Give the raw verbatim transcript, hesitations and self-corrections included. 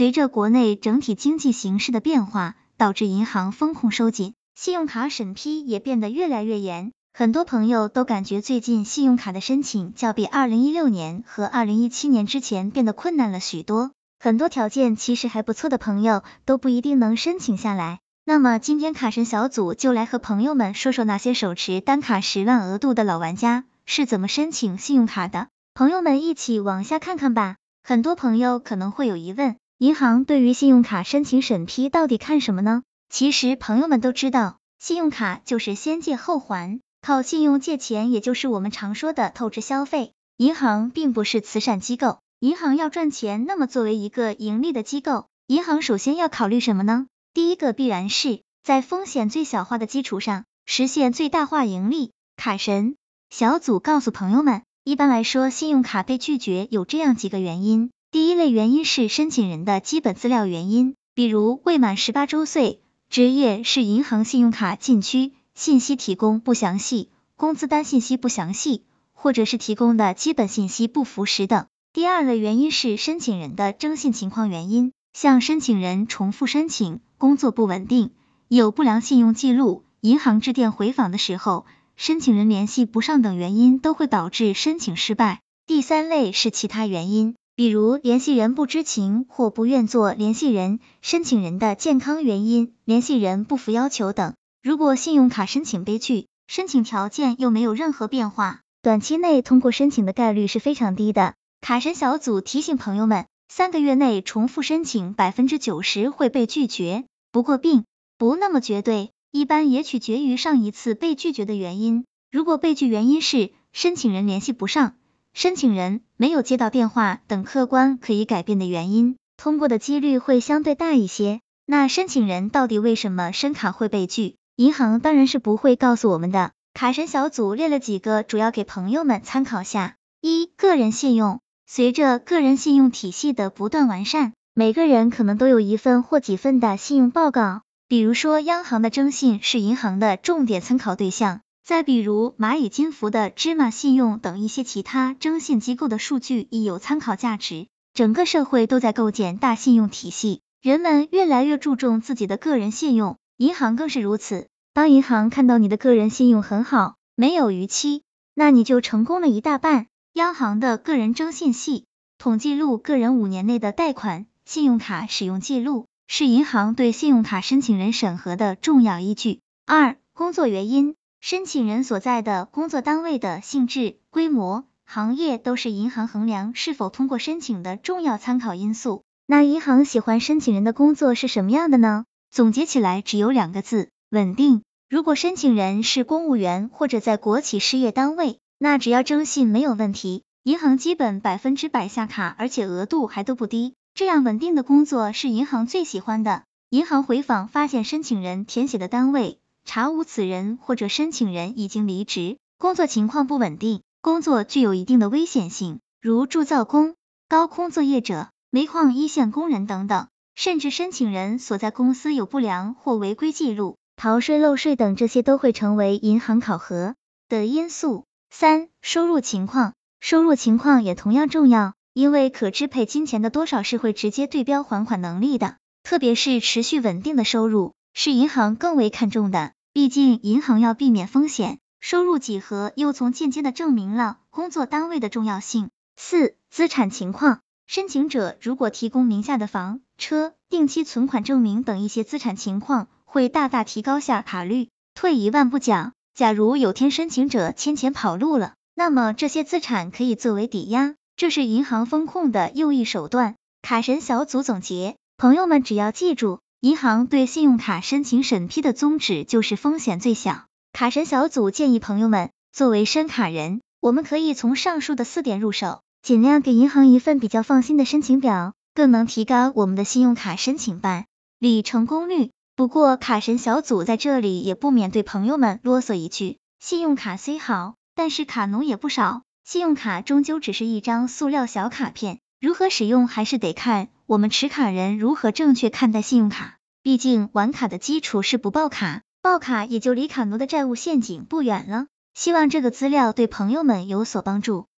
随着国内整体经济形势的变化，导致银行风控收紧，信用卡审批也变得越来越严。很多朋友都感觉最近信用卡的申请较比二零一六年和二零一七年之前变得困难了许多，很多条件其实还不错的朋友都不一定能申请下来。那么今天卡神小组就来和朋友们说说那些手持单卡十万额度的老玩家是怎么申请信用卡的，朋友们一起往下看看吧。很多朋友可能会有疑问，银行对于信用卡申请审批到底看什么呢？其实朋友们都知道，信用卡就是先借后还，靠信用借钱也就是我们常说的透支消费。银行并不是慈善机构，银行要赚钱，那么作为一个盈利的机构，银行首先要考虑什么呢？第一个必然是在风险最小化的基础上实现最大化盈利。卡神小组告诉朋友们，一般来说信用卡被拒绝有这样几个原因。第一类原因是申请人的基本资料原因，比如未满十八周岁，职业是银行信用卡禁区，信息提供不详细，工资单信息不详细，或者是提供的基本信息不符实等。第二类原因是申请人的征信情况原因，像申请人重复申请，工作不稳定，有不良信用记录，银行致电回访的时候申请人联系不上等原因都会导致申请失败。第三类是其他原因，比如联系人不知情或不愿做联系人，申请人的健康原因，联系人不符要求等。如果信用卡申请被拒，申请条件又没有任何变化，短期内通过申请的概率是非常低的。卡神小组提醒朋友们，三个月内重复申请 百分之九十 会被拒绝，不过并不那么绝对，一般也取决于上一次被拒绝的原因。如果被拒原因是申请人联系不上，申请人没有接到电话等客观可以改变的原因，通过的几率会相对大一些。那申请人到底为什么申卡会被拒？银行当然是不会告诉我们的。卡神小组列了几个主要给朋友们参考下。一、个人信用。随着个人信用体系的不断完善，每个人可能都有一份或几份的信用报告，比如说央行的征信是银行的重点参考对象，再比如蚂蚁金服的芝麻信用等一些其他征信机构的数据亦有参考价值。整个社会都在构建大信用体系，人们越来越注重自己的个人信用，银行更是如此。当银行看到你的个人信用很好，没有逾期，那你就成功了一大半。央行的个人征信系统记录个人五年内的贷款、信用卡使用记录，是银行对信用卡申请人审核的重要依据。二、工作原因。申请人所在的工作单位的性质、规模、行业都是银行衡量是否通过申请的重要参考因素。那银行喜欢申请人的工作是什么样的呢？总结起来只有两个字：稳定。如果申请人是公务员或者在国企事业单位，那只要征信没有问题，银行基本百分之百下卡，而且额度还都不低。这样稳定的工作是银行最喜欢的。银行回访发现申请人填写的单位查无此人，或者申请人已经离职，工作情况不稳定，工作具有一定的危险性，如铸造工、高空作业者、煤矿一线工人等等，甚至申请人所在公司有不良或违规记录、逃税漏税等，这些都会成为银行考核的因素。三、收入情况。收入情况也同样重要，因为可支配金钱的多少是会直接对标还款能力的，特别是持续稳定的收入是银行更为看重的，毕竟银行要避免风险，收入几何又从间接的证明了工作单位的重要性。四、资产情况。申请者如果提供名下的房、车、定期存款证明等一些资产情况，会大大提高下卡率。退一万步讲，假如有天申请者欠钱跑路了，那么这些资产可以作为抵押，这是银行风控的又一手段。卡神小组总结，朋友们只要记住，银行对信用卡申请审批的宗旨就是风险最小。卡神小组建议朋友们，作为申卡人，我们可以从上述的四点入手，尽量给银行一份比较放心的申请表，更能提高我们的信用卡申请办理成功率。不过卡神小组在这里也不免对朋友们啰嗦一句，信用卡虽好，但是卡奴也不少，信用卡终究只是一张塑料小卡片，如何使用还是得看我们持卡人如何正确看待信用卡。毕竟玩卡的基础是不爆卡，爆卡也就离卡奴的债务陷阱不远了。希望这个资料对朋友们有所帮助。